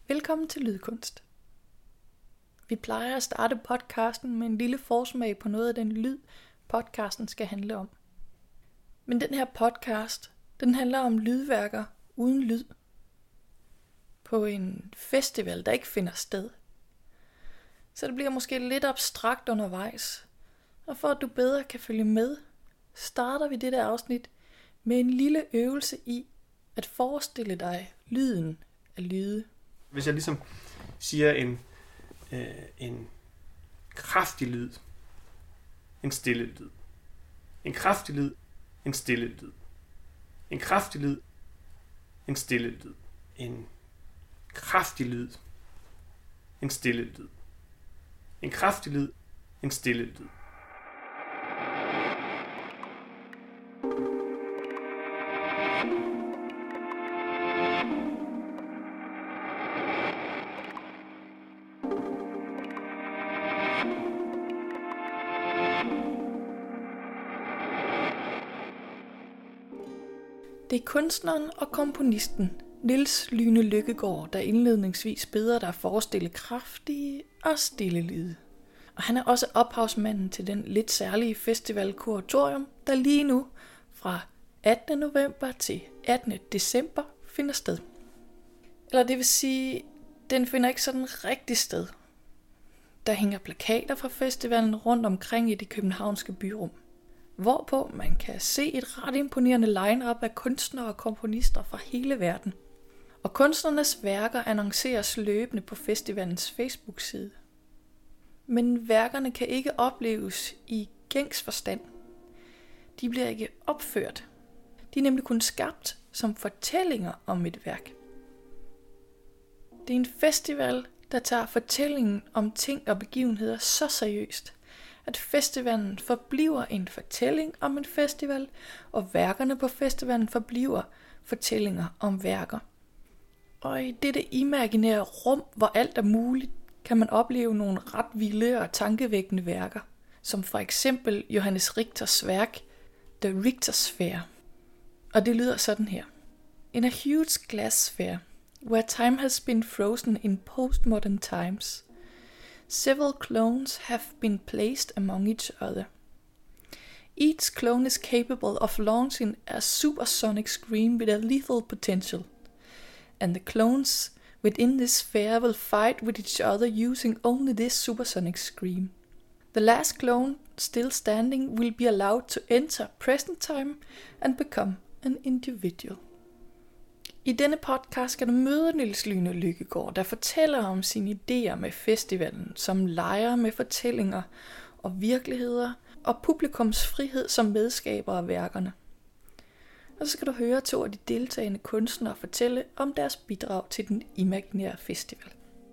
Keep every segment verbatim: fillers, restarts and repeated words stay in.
Velkommen til Lydkunst. Vi plejer at starte podcasten med en lille forsmag på noget af den lyd, podcasten skal handle om. Men den her podcast, den handler om lydværker uden lyd. På en festival, der ikke finder sted. Så det bliver måske lidt abstrakt undervejs. Og for at du bedre kan følge med, starter vi dette afsnit med en lille øvelse i at forestille dig lyden af lyde. Hvis jeg ligesom siger en, øh, en kraftig lyd, en stille lyd. En kraftig lyd, en stille lyd. En kraftig lyd, en stille lyd. En kraftig lyd, en stille lyd. En kraftig lyd, en stille lyd. Det er kunstneren og komponisten Niels Lyhne Lykkegaard, der indledningsvis beder dig at forestille kraftige og stille lyde. Og han er også ophavsmanden til den lidt særlige festival Kuratorium, der lige nu fra attende november til attende december finder sted. Eller det vil sige, den finder ikke sådan rigtig sted. Der hænger plakater fra festivalen rundt omkring i det københavnske byrum, hvorpå man kan se et ret imponerende line-up af kunstnere og komponister fra hele verden. Og kunstnernes værker annonceres løbende på festivalens Facebook-side. Men værkerne kan ikke opleves i gængs forstand. De bliver ikke opført. De er nemlig kun skabt som fortællinger om et værk. Det er en festival, der tager fortællingen om ting og begivenheder så seriøst, at festivalen forbliver en fortælling om en festival, og værkerne på festivalen forbliver fortællinger om værker. Og i dette imaginære rum, hvor alt er muligt, kan man opleve nogle ret vilde og tankevækkende værker, som for eksempel Johannes Richters værk, The Richtersphere. Og det lyder sådan her. In a huge glass sphere, where time has been frozen in postmodern times, several clones have been placed among each other. Each clone is capable of launching a supersonic scream with a lethal potential, and the clones within this sphere will fight with each other using only this supersonic scream. The last clone still standing will be allowed to enter present time and become an individual. I denne podcast skal du møde Niels Lyhne Lykkegaard, der fortæller om sine idéer med festivalen, som leger med fortællinger og virkeligheder, og publikums frihed som medskaber af værkerne. Og så skal du høre to af de deltagende kunstnere fortælle om deres bidrag til den imaginære festival.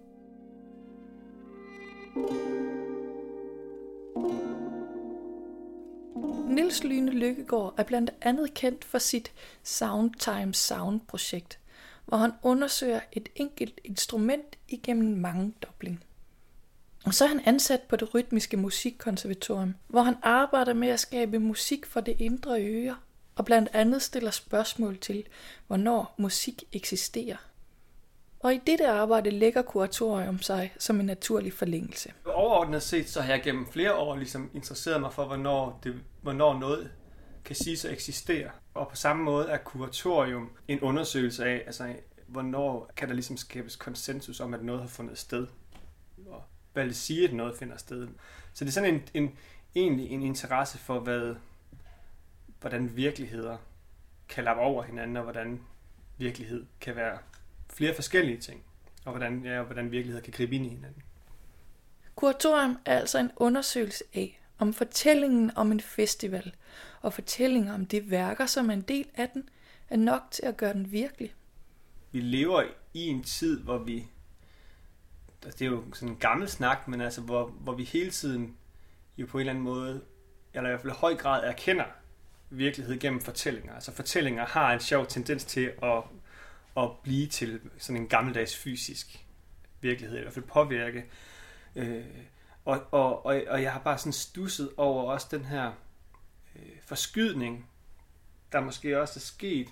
Niels Lyhne Lykkegaard er blandt andet kendt for sit Soundtime Sound-projekt, hvor han undersøger et enkelt instrument igennem mange dobling. Og så er han ansat på det rytmiske musikkonservatorium, hvor han arbejder med at skabe musik for det indre øre, og blandt andet stiller spørgsmål til, hvornår musik eksisterer. Og i dette arbejde lægger kuratorium sig som en naturlig forlængelse. Overordnet set, så har jeg gennem flere år ligesom interesseret mig for, hvornår, det, hvornår noget kan siges at eksistere. Og på samme måde er kuratorium en undersøgelse af, altså, hvornår kan der ligesom skabes konsensus om, at noget har fundet sted. Og hvad vil det sige, at noget finder sted. Så det er sådan en, en, egentlig en interesse for, hvad, hvordan virkeligheder kan lappe over hinanden, og hvordan virkelighed kan være flere forskellige ting, og hvordan, ja, hvordan virkeligheder kan gribe ind i hinanden. Kuratorium er altså en undersøgelse af, om fortællingen om en festival og fortællingen om de værker, som er en del af den, er nok til at gøre den virkelig. Vi lever i en tid, hvor vi, det er jo sådan en gammel snak, men altså, hvor, hvor vi hele tiden jo på en eller anden måde, eller i hvert fald i høj grad erkender virkelighed gennem fortællinger. Altså fortællinger har en sjov tendens til at at blive til sådan en gammeldags fysisk virkelighed, i hvert fald påvirke. Øh, og, og, og, og jeg har bare sådan stusset over også den her øh, forskydning, der måske også er sket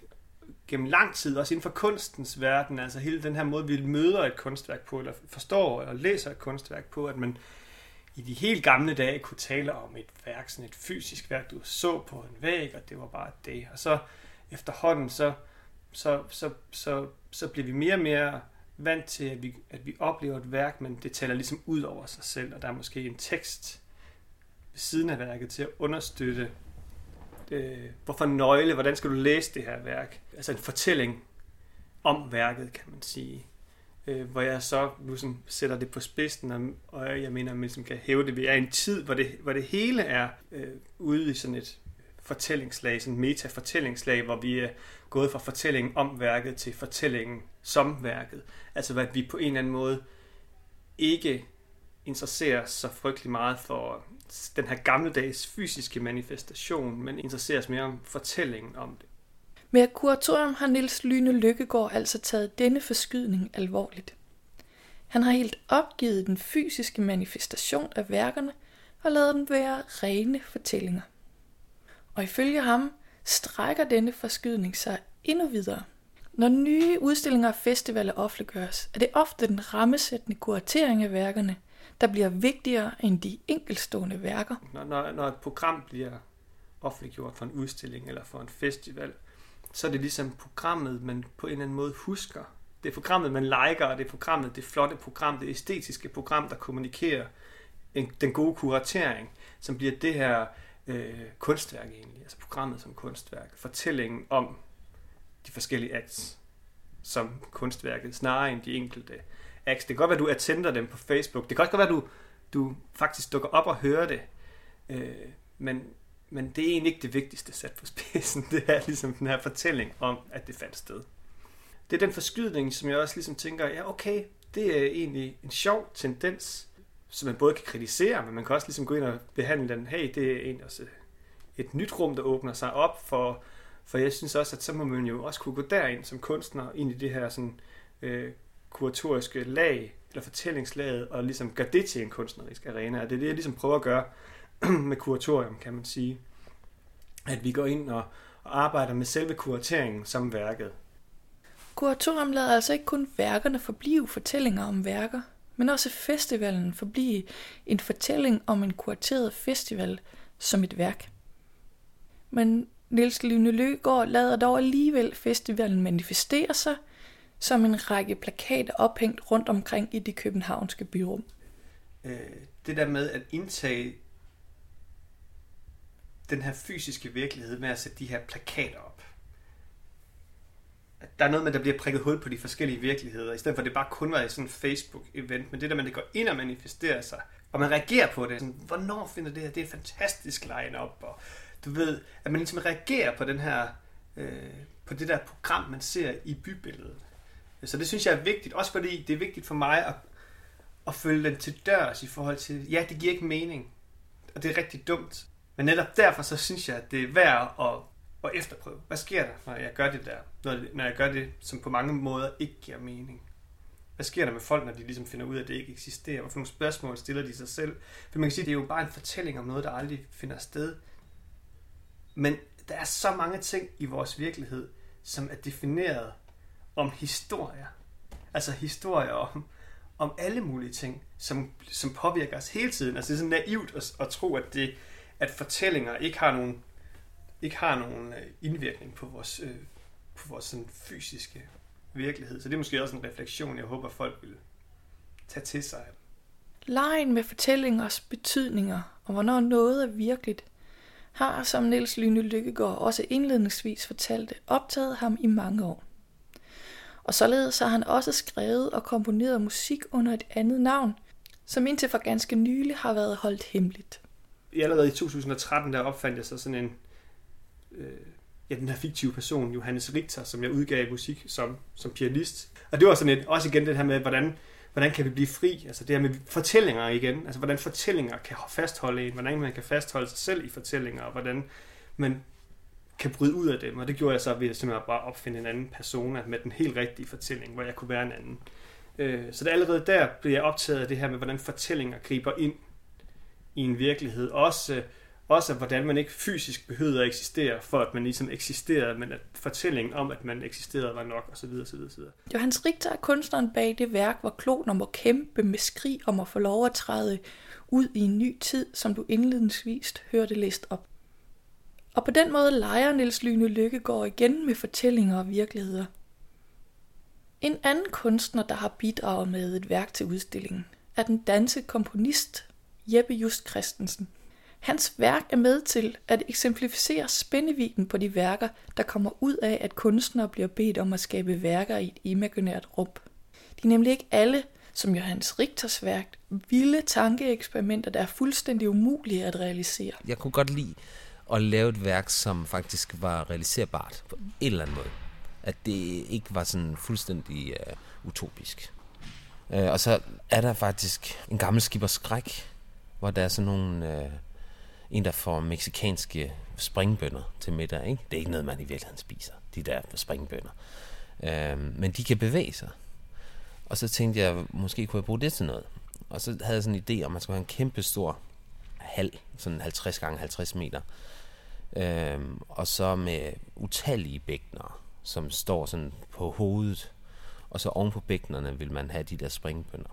gennem lang tid, også inden for kunstens verden, altså hele den her måde, vi møder et kunstværk på, eller forstår og læser et kunstværk på, at man i de helt gamle dage kunne tale om et værk, sådan et fysisk værk, du så på en væg, og det var bare det. Og så efterhånden, så, så, så, så, så bliver vi mere og mere vant til, at vi, at vi oplever et værk, men det taler ligesom ud over sig selv, og der er måske en tekst ved siden af værket til at understøtte, øh, hvorfor nøgle, hvordan skal du læse det her værk? Altså en fortælling om værket, kan man sige. Øh, hvor jeg så nu sådan sætter det på spidsen, og, og jeg mener, at man ligesom kan hæve det. Vi er i en tid, hvor det, hvor det hele er øh, ude i sådan et fortællingslag, sådan et meta-fortællingslag, hvor vi er gået fra fortællingen om værket til fortællingen som værket. Altså at vi på en eller anden måde ikke interesserer os så frygtelig meget for den her gammeldags fysiske manifestation, men interesserer os mere om fortællingen om det. Med kuratorium har Niels Lyhne Lykkegaard altså taget denne forskydning alvorligt. Han har helt opgivet den fysiske manifestation af værkerne og ladet dem være rene fortællinger. Og ifølge ham strækker denne forskydning sig endnu videre. Når nye udstillinger og festivaler offentliggøres, er det ofte den rammesættende kuratering af værkerne, der bliver vigtigere end de enkeltstående værker. Når, når, når et program bliver offentliggjort for en udstilling eller for en festival, så er det ligesom programmet, man på en eller anden måde husker. Det er programmet, man liker, og det er programmet, det flotte program, det æstetiske program, der kommunikerer en, den gode kuratering, som bliver det her øh, kunstværk egentlig, altså programmet som kunstværk, fortællingen om de forskellige acts som kunstværket, snarere end de enkelte acts. Det kan godt være, du attender dem på Facebook, det kan også godt være, du, du faktisk dukker op og hører det, øh, men Men det er egentlig ikke det vigtigste sat på spidsen. Det er ligesom den her fortælling om, at det fandt sted. Det er den forskydning, som jeg også ligesom tænker, ja okay, det er egentlig en sjov tendens, som man både kan kritisere, men man kan også ligesom gå ind og behandle den, hey, det er egentlig også et nyt rum, der åbner sig op for, for jeg synes også, at så må man jo også kunne gå derind som kunstner, ind i det her sådan, øh, kuratoriske lag, eller fortællingslaget, og ligesom gøre det til en kunstnerisk arena. Og det er det, jeg ligesom prøver at gøre med kuratorium, kan man sige. At vi går ind og, og arbejder med selve kurateringen som værket. Kuratorium lader altså ikke kun værkerne forblive fortællinger om værker, men også festivalen forblive en fortælling om en kurateret festival som et værk. Men Niels Lyhne Lykkegaard lader dog alligevel festivalen manifestere sig som en række plakater ophængt rundt omkring i det københavnske byrum. Øh, det der med at indtage den her fysiske virkelighed med at sætte de her plakater op. Der er noget med, der bliver prikket hul på de forskellige virkeligheder, i stedet for at det bare kun var sådan en Facebook-event, men det der med, at det går ind og manifesterer sig, og man reagerer på det. Sådan, hvornår finder det her? Det er en fantastisk line-up, og du ved, at man ligesom reagerer på den her, øh, på det der program, man ser i bybilledet. Så det synes jeg er vigtigt, også fordi det er vigtigt for mig at, at følge den til dørs i forhold til, ja, det giver ikke mening, og det er rigtig dumt. Men netop derfor, så synes jeg, at det er værd at, at efterprøve. Hvad sker der, når jeg gør det der? Når, når jeg gør det, som på mange måder ikke giver mening? Hvad sker der med folk, når de ligesom finder ud af, at det ikke eksisterer? Hvorfor nogle spørgsmål stiller de sig selv? For man kan sige, at det er jo bare en fortælling om noget, der aldrig finder sted. Men der er så mange ting i vores virkelighed, som er defineret om historier. Altså historier om, om alle mulige ting, som, som påvirker os hele tiden. Altså det er sådan naivt at, at tro, at det at fortællinger ikke har nogen, ikke har nogen indvirkning på vores, øh, på vores sådan fysiske virkelighed. Så det er måske også en refleksion, jeg håber, folk vil tage til sig. Lejen med fortællingers betydninger og hvornår noget er virkeligt, har, som Niels Lyhne Lykkegaard også indledningsvis fortalte, optaget ham i mange år. Og således har han også skrevet og komponeret musik under et andet navn, som indtil for ganske nylig har været holdt hemmeligt. Allerede i to tusind og tretten der opfandt jeg så sådan en, øh, ja, den her fiktive person, Johannes Richter, som jeg udgav musik som, som pianist. Og det var sådan et, også igen det her med, hvordan, hvordan kan vi blive fri? Altså det her med fortællinger igen. Altså hvordan fortællinger kan fastholde en, hvordan man kan fastholde sig selv i fortællinger, og hvordan man kan bryde ud af dem. Og det gjorde jeg så ved at simpelthen bare opfinde en anden persona med den helt rigtige fortælling, hvor jeg kunne være en anden. Øh, så det allerede der blev jeg optaget af det her med, hvordan fortællinger griber ind i en virkelighed. Også, også hvordan man ikke fysisk behøvede at eksistere, for at man ligesom eksisterede, men at fortællingen om, at man eksisterede, var nok, osv. osv., osv. Johannes Richter er kunstneren bag det værk, hvor kloner må kæmpe med skrig om at få lov at træde ud i en ny tid, som du indledningsvis hørte læst op. Og på den måde leger Niels Lyhne Lykkegaard igen med fortællinger og virkeligheder. En anden kunstner, der har bidraget med et værk til udstillingen, er den danske komponist Jeppe Just Christensen. Hans værk er med til at eksemplificere spændevidden på de værker, der kommer ud af, at kunstnere bliver bedt om at skabe værker i et imaginært rum. De er nemlig ikke alle, som Johannes Richters værk, vilde tankeeksperimenter, der er fuldstændig umulige at realisere. Jeg kunne godt lide at lave et værk, som faktisk var realiserbart på en eller anden måde. At det ikke var sådan fuldstændig uh, utopisk. Uh, og så er der faktisk en gammel skibers skræk, hvor der er sådan nogle... Uh, en, der får mexikanske springbønner til middag, ikke? Det er ikke noget, man i virkeligheden spiser, de der springbønner. Uh, men de kan bevæge sig. Og så tænkte jeg, måske kunne jeg bruge det til noget. Og så havde jeg sådan en idé om, at man skulle have en kæmpe stor hal, sådan halvtreds gange halvtreds meter. Uh, og så med utallige bækkener, som står sådan på hovedet, og så oven på bækkenerne vil man have de der springbønner.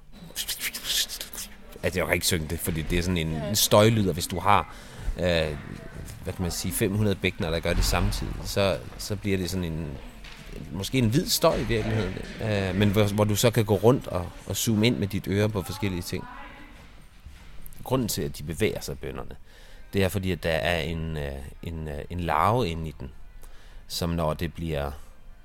Altså, jeg kan ikke synge det, fordi det er sådan en, en støjlyd, og hvis du har, øh, hvad kan man sige, fem hundrede bækkener, der gør det samtidig, så, så bliver det sådan en, måske en hvid støj i virkeligheden, øh, men hvor, hvor du så kan gå rundt og, og zoome ind med dit øre på forskellige ting. Grunden til, at de bevæger sig, bønnerne, det er fordi, at der er en, en, en larve inde i den, som når det bliver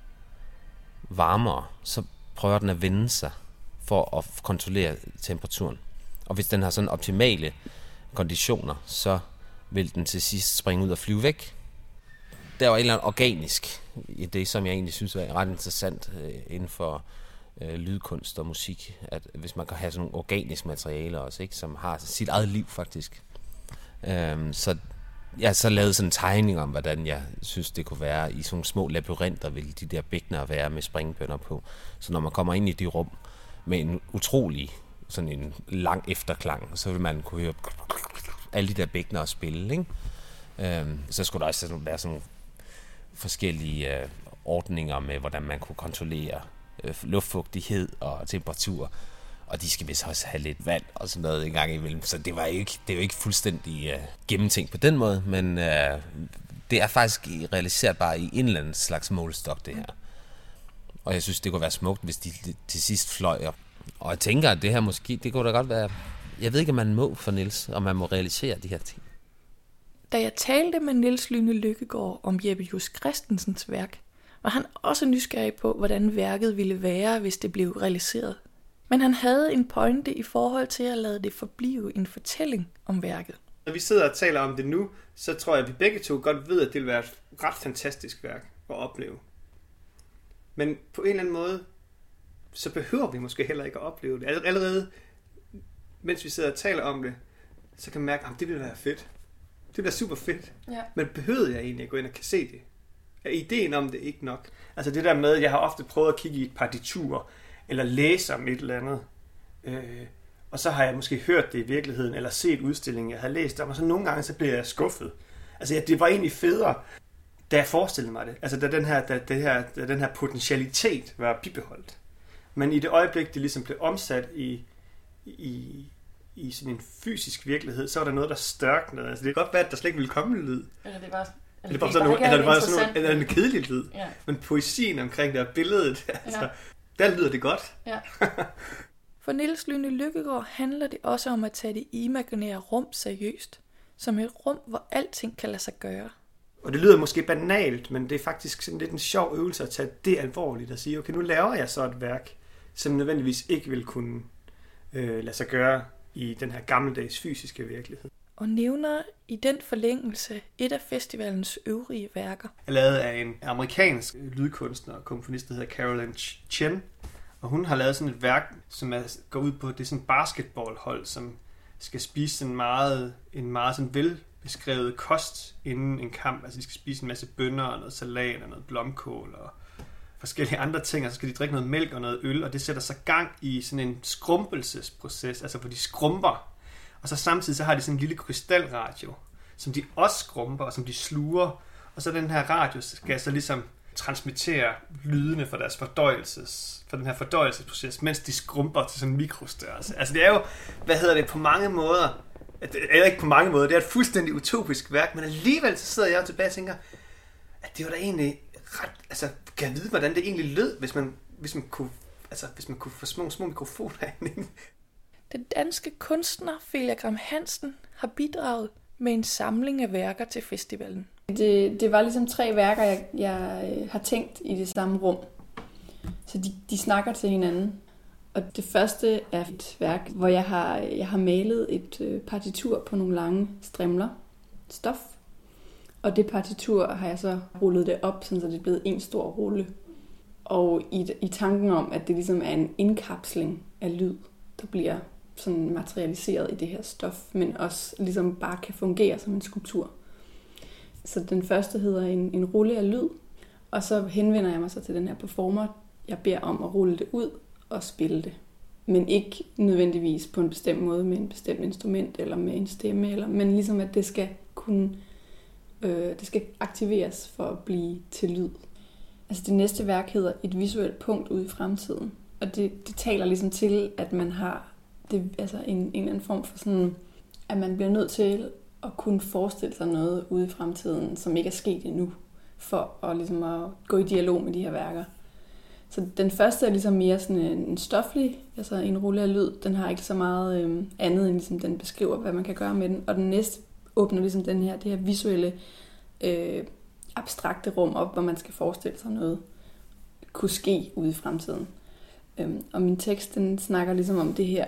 varmere, så prøver den at vende sig for at kontrollere temperaturen. Og hvis den har sådan optimale konditioner, så vil den til sidst springe ud og flyve væk. Der var et eller andet organisk i det, som jeg egentlig synes er ret interessant øh, inden for øh, lydkunst og musik, at hvis man kan have sådan nogle organiske materialer også, ikke, som har sit eget liv faktisk. Øhm, så jeg har så lavet sådan en tegning om, hvordan jeg synes, det kunne være i sådan nogle små labyrinter, vil de der bækkener være med springbønner på. Så når man kommer ind i de rum med en utrolig sådan en lang efterklang, så vil man kunne høre alle de der bækkener og spille, ikke? Øhm, så skulle der også være sådan nogle forskellige øh, ordninger med, hvordan man kunne kontrollere øh, luftfugtighed og temperatur, og de skal vist også have lidt vand og sådan noget en gang imellem, så det var ikke, det er jo ikke fuldstændig øh, gennemtænkt på den måde, men øh, det er faktisk realiserbart i en eller anden slags målestok, det her. Og jeg synes, det kunne være smukt, hvis de til sidst fløj op. Og jeg tænker, at det her måske, det kunne da godt være, jeg ved ikke, om man må for Niels, om man må realisere de her ting. Da jeg talte med Niels Lyhne Lykkegaard om Jeppe Just Christensens værk, var han også nysgerrig på, hvordan værket ville være, hvis det blev realiseret. Men han havde en pointe i forhold til at lade det forblive en fortælling om værket. Når vi sidder og taler om det nu, så tror jeg, at vi begge to godt ved, at det vil være et ret fantastisk værk at opleve. Men på en eller anden måde, så behøver vi måske heller ikke at opleve det. Allerede, mens vi sidder og taler om det, så kan man mærke, at det vil være fedt. Det bliver super fedt. Ja. Men behøvede jeg egentlig at gå ind og kan se det? Er ideen om det ikke nok? Altså det der med, jeg har ofte prøvet at kigge i et partitur, eller læse om et eller andet, øh, og så har jeg måske hørt det i virkeligheden, eller set udstillingen, jeg havde læst om, og så nogle gange, så bliver jeg skuffet. Altså ja, det var egentlig federe, da jeg forestillede mig det. Altså da den her, da, det her, da den her potentialitet var bibeholdt. Men i det øjeblik, det ligesom blev omsat i, i, i sådan en fysisk virkelighed, så var der noget, der størknede. Altså det kan godt være, at der slet ikke ville komme en lyd. Eller det var... Eller det var sådan noget, eller det var sådan noget, eller en kedelig lyd. Ja. Men poesien omkring det og billedet, altså, ja. Der lyder det godt. Ja. For Niels Lyhne Lykkegaard handler det også om at tage det imaginære rum seriøst, som et rum, hvor alting kan lade sig gøre. Og det lyder måske banalt, men det er faktisk sådan lidt en sjov øvelse at tage det alvorligt og sige, okay, nu laver jeg så et værk, som nødvendigvis ikke vil kunne øh, lade sig gøre i den her gammeldags fysiske virkelighed. Og nævner i den forlængelse et af festivalens øvrige værker. Lavet af en amerikansk lydkunstner og komponist, der hedder Carolyn Chen. Og hun har lavet sådan et værk, som er, går ud på, det er sådan et basketballhold, som skal spise en meget, en meget sådan velbeskrevet kost inden en kamp. Altså de skal spise en masse bønner og noget salat og noget blomkål og forskellige andre ting, og så skal de drikke noget mælk og noget øl, og det sætter sig gang i sådan en skrumpelsesproces, altså hvor de skrumper. Og så samtidig så har de sådan en lille krystalradio, som de også skrumper, og som de sluger. Og så den her radio skal så ligesom transmittere lydene for deres fordøjelses, for den her fordøjelsesproces, mens de skrumper til sådan en mikrostørrelse. Altså det er jo, hvad hedder det, på mange måder, eller ikke på mange måder, det er et fuldstændig utopisk værk, men alligevel så sidder jeg tilbage og tænker, at det var da egentlig ret, altså kan jeg vide, hvordan det egentlig lød, hvis man, hvis man kunne, altså hvis man kunne få små, små mikrofoner ind. Den danske kunstner Felia Gram Hansen har bidraget med en samling af værker til festivalen. Det, det var ligesom tre værker, jeg, jeg har tænkt i det samme rum. Så de, de snakker til hinanden. Og det første er et værk, hvor jeg har, jeg har malet et partitur på nogle lange strimler stof. Og det partitur har jeg så rullet det op, så det er blevet en stor rulle. Og i, i tanken om, at det ligesom er en indkapsling af lyd, der bliver sådan materialiseret i det her stof, men også ligesom bare kan fungere som en skulptur. Så den første hedder en, en rulle af lyd, og så henvender jeg mig så til den her performer. Jeg beder om at rulle det ud og spille det. Men ikke nødvendigvis på en bestemt måde med en bestemt instrument eller med en stemme, eller, men ligesom at det skal kunne øh, det skal aktiveres for at blive til lyd. Altså det næste værk hedder Et visuelt punkt ude i fremtiden, og det, det taler ligesom til, at man har det, altså en, en eller anden form for sådan, at man bliver nødt til at kunne forestille sig noget ude i fremtiden, som ikke er sket endnu, for at, ligesom at gå i dialog med de her værker. Så den første er ligesom mere sådan en stoflig, altså en rulle af lyd. Den har ikke så meget øh, andet, end ligesom den beskriver, hvad man kan gøre med den. Og den næste åbner ligesom den her, det her visuelle, øh, abstrakte rum op, hvor man skal forestille sig noget kunne ske ude i fremtiden. Øhm, og min tekst, den snakker ligesom om det her,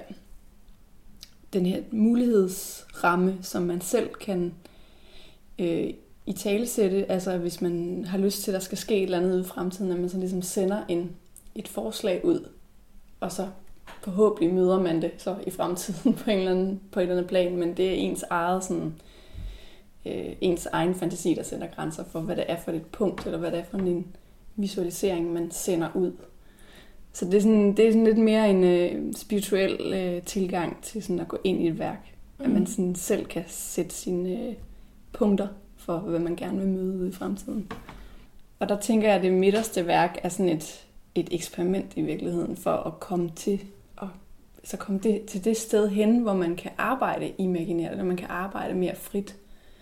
den her mulighedsramme, som man selv kan øh, i talesætte, altså hvis man har lyst til, at der skal ske et eller andet ude i fremtiden, at man så ligesom sender en, et forslag ud, og så forhåbentlig møder man det så i fremtiden på en eller anden, på et eller andet plan, men det er ens eget sådan, øh, ens egen fantasi, der sætter grænser for, hvad det er for et punkt, eller hvad det er for en visualisering, man sender ud. Så det er sådan, det er sådan lidt mere en øh, spirituel øh, tilgang til sådan at gå ind i et værk. Mm. At man sådan selv kan sætte sine øh, punkter for, hvad man gerne vil møde ude i fremtiden. Og der tænker jeg, at det midterste værk er sådan et, et eksperiment i virkeligheden, for at komme til, og, så komme det, til det sted hen, hvor man kan arbejde imaginært, eller man kan arbejde mere frit.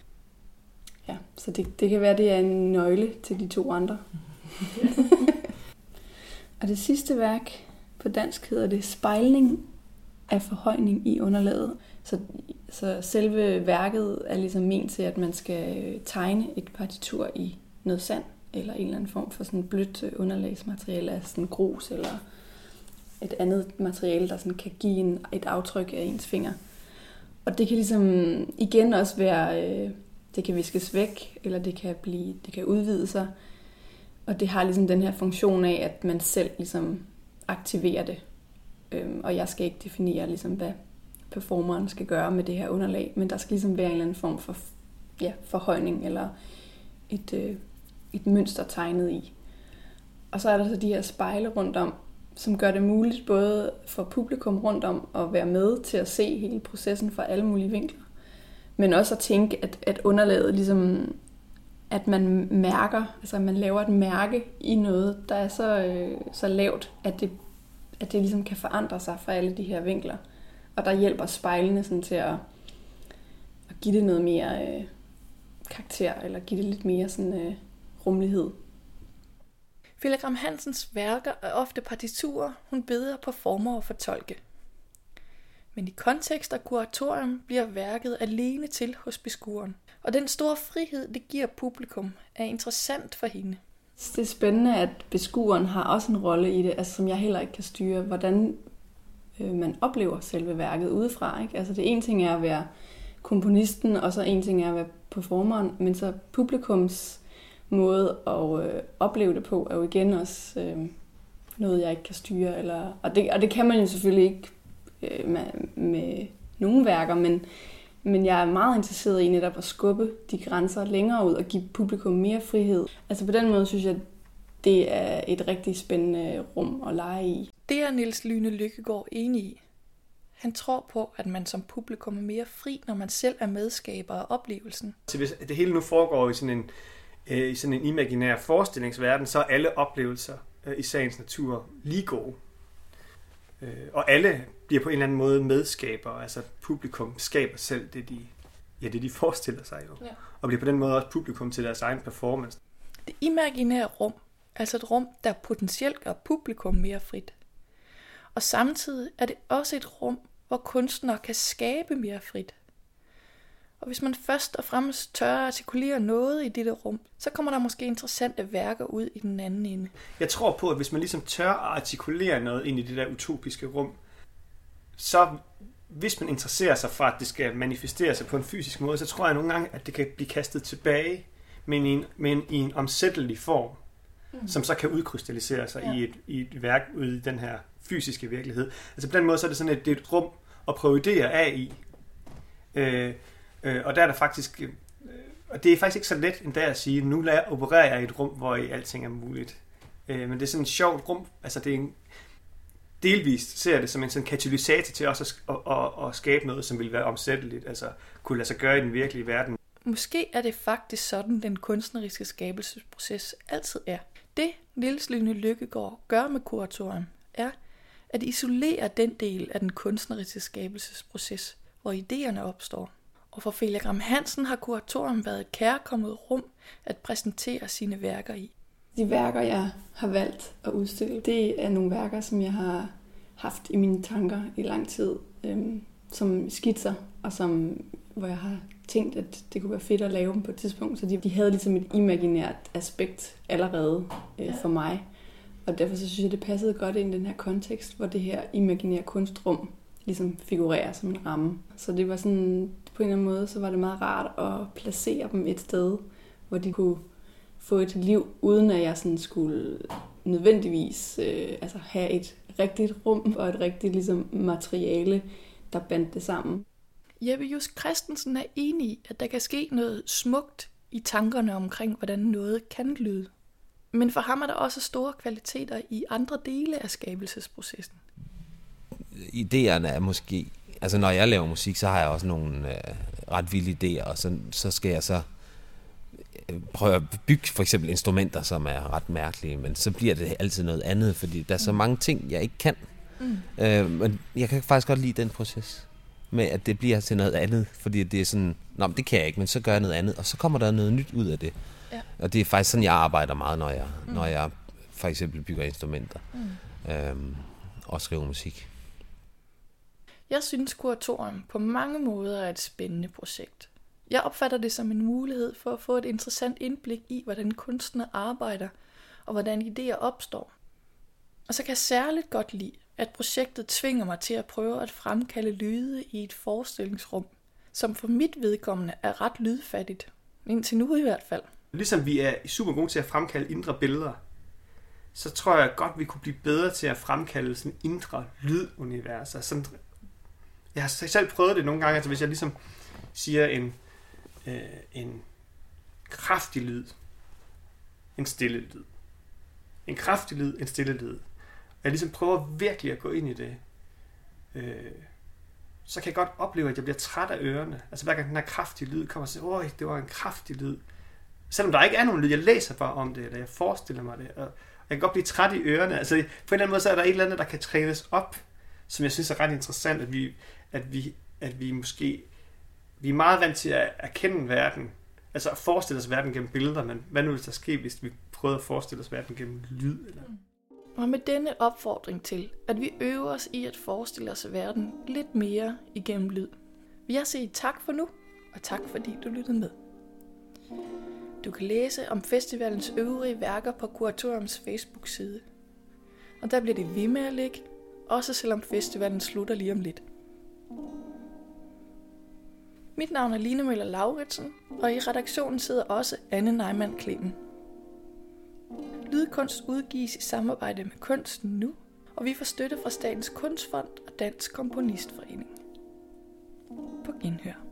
Ja, så det, det kan være, det er en nøgle til de to andre. Og det sidste værk på dansk hedder det Spejling af forhøjning i underlaget. Så, så selve værket er ligesom ment til, at man skal tegne et partitur i noget sand, eller en eller anden form for sådan blødt underlagsmateriale af sådan grus, eller et andet materiale, der sådan kan give en, et aftryk af ens finger. Og det kan ligesom igen også være, øh, det kan viskes væk, eller det kan, blive, det kan udvide sig. Og det har ligesom den her funktion af, at man selv ligesom aktiverer det. Øhm, og jeg skal ikke definere, ligesom, hvad performeren skal gøre med det her underlag, men der skal ligesom være en eller anden form for ja, forhøjning, eller et, øh, et mønster tegnet i. Og så er der så de her spejle rundt om, som gør det muligt både for publikum rundt om at være med til at se hele processen fra alle mulige vinkler, men også at tænke, at, at underlaget ligesom, at man mærker, altså at man laver et mærke i noget, der er så, øh, så lavt, at det, at det ligesom kan forandre sig fra alle de her vinkler. Og der hjælper spejlene sådan til at, at give det noget mere øh, karakter, eller give det lidt mere sådan, øh, rummelighed. Felia Gram Hansens værker er ofte partiturer, hun beder performer at fortolke. Men i kontekst og kuratorium bliver værket alene til hos beskueren. Og den store frihed, det giver publikum, er interessant for hende. Det er spændende, at beskueren har også en rolle i det, altså som jeg heller ikke kan styre, hvordan øh, man oplever selve værket udefra. Ikke? Altså det ene ting er at være komponisten, og så en ting er at være performeren, men så publikums måde at øh, opleve det på er jo igen også øh, noget, jeg ikke kan styre. Eller, og, det, og det kan man jo selvfølgelig ikke øh, med, med nogle værker, men, men jeg er meget interesseret i netop at skubbe de grænser længere ud og give publikum mere frihed. Altså på den måde synes jeg, det er et rigtig spændende rum at lege i. Det er Niels Lyne Lykkegaard enig i. Han tror på, at man som publikum er mere fri, når man selv er medskaber af oplevelsen. Så hvis det hele nu foregår i sådan en, øh, i sådan en imaginær forestillingsverden, så er alle oplevelser øh, i sagens natur lige gode. Øh, og alle bliver på en eller anden måde medskabere, altså publikum skaber selv det, de, ja, det, de forestiller sig jo. Ja. Og bliver på den måde også publikum til deres egen performance. Det imaginære rum, altså et rum, der potentielt gør publikum mere frit. Og samtidig er det også et rum, hvor kunstnere kan skabe mere frit. Og hvis man først og fremmest tør at artikulere noget i dette rum, så kommer der måske interessante værker ud i den anden ende. Jeg tror på, at hvis man ligesom tør at artikulere noget ind i det der utopiske rum, så hvis man interesserer sig for, at det skal manifestere sig på en fysisk måde, så tror jeg nogle gange, at det kan blive kastet tilbage, men i en, men i en omsættelig form, mm. som så kan udkrystallisere sig ja. i, et, i et værk ude i den her fysiske virkelighed. Altså på den måde, så er det sådan et, det er et rum at prøve idéer af i. Øh, øh, og der er der faktisk, øh, og det er faktisk ikke så let endda at sige, nu opererer jeg i et rum, hvor i alting er muligt. Øh, men det er sådan et sjovt rum, altså det er en, delvist ser jeg det som en sådan katalysator til også at, at, at, at skabe noget, som vil være omsætteligt, altså kunne lade sig gøre i den virkelige verden. Måske er det faktisk sådan, den kunstneriske skabelsesproces altid er. Det, Niels Lyhne Lykkegaard gør med kuratorium, er at isolere den del af den kunstneriske skabelsesproces, hvor idéerne opstår. Og for Ophelia Gram Hansen har kuratorium været et kærkommet rum at præsentere sine værker i. De værker, jeg har valgt at udstille, det er nogle værker, som jeg har haft i mine tanker i lang tid, øhm, som skitser, og som, hvor jeg har tænkt, at det kunne være fedt at lave dem på et tidspunkt. Så de, de havde ligesom et imaginært aspekt allerede øh, ja. for mig. Og derfor så synes jeg, det passede godt ind i den her kontekst, hvor det her imaginære kunstrum ligesom figurerer som en ramme. Så det var sådan, på en eller anden måde, så var det meget rart at placere dem et sted, hvor de kunne få et liv, uden at jeg sådan skulle nødvendigvis øh, altså have et rigtigt rum og et rigtigt ligesom, materiale, der bandt det sammen. Jeppe Just Christensen er enig i, at der kan ske noget smukt i tankerne omkring, hvordan noget kan lyde. Men for ham er der også store kvaliteter i andre dele af skabelsesprocessen. Idéerne er måske, altså når jeg laver musik, så har jeg også nogle øh, ret vilde idéer, og så, så skal jeg så prøve at bygge for eksempel instrumenter, som er ret mærkelige, men så bliver det altid noget andet, fordi der er så mange ting, jeg ikke kan. Mm. Øh, men jeg kan faktisk godt lide den proces med, at det bliver til noget andet, fordi det er sådan, nå, det kan jeg ikke, men så gør jeg noget andet, og så kommer der noget nyt ud af det. Ja. Og det er faktisk sådan, jeg arbejder meget, når jeg, mm. når jeg for eksempel bygger instrumenter mm. øhm, og skriver musik. Jeg synes, kuratorium på mange måder er et spændende projekt. Jeg opfatter det som en mulighed for at få et interessant indblik i, hvordan kunstnere arbejder, og hvordan idéer opstår. Og så kan jeg særligt godt lide, at projektet tvinger mig til at prøve at fremkalde lyde i et forestillingsrum, som for mit vedkommende er ret lydfattigt, indtil nu i hvert fald. Ligesom vi er super gode til at fremkalde indre billeder, så tror jeg godt, vi kunne blive bedre til at fremkalde sådan indre lyduniverser. Sådan, jeg har selv prøvet det nogle gange, altså hvis jeg ligesom siger en, øh, en kraftig lyd, en stille lyd, en kraftig lyd, en stille lyd, og jeg ligesom prøver virkelig at gå ind i det, øh, så kan jeg godt opleve, at jeg bliver træt af ørerne. Altså hver gang den her kraftige lyd kommer, så åh, det var en kraftig lyd. Selvom der ikke er nogen lyd, jeg læser bare om det, eller jeg forestiller mig det, og jeg kan godt blive træt i ørerne. Altså på en eller anden måde, så er der et eller andet, der kan trænes op, som jeg synes er ret interessant, at vi, at vi, at vi måske, vi er meget vant til at erkende verden, altså at forestille os verden gennem billeder, men hvad nu hvis der sker, hvis vi prøver at forestille os verden gennem lyd? Eller? Og med denne opfordring til, at vi øver os i at forestille os verden lidt mere igennem lyd, vil jeg sige tak for nu, og tak fordi du lyttede med. Du kan læse om festivalens øvrige værker på Kuratoriums Facebook-side. Og der bliver det ved med at ligge, også selvom festivalen slutter lige om lidt. Mit navn er Line Møller Lauritsen, og i redaktionen sidder også Anne Neumann Klemmen. Lydkunst udgives i samarbejde med Kunsten Nu, og vi får støtte fra Statens Kunstfond og Dansk Komponistforening. På genhør.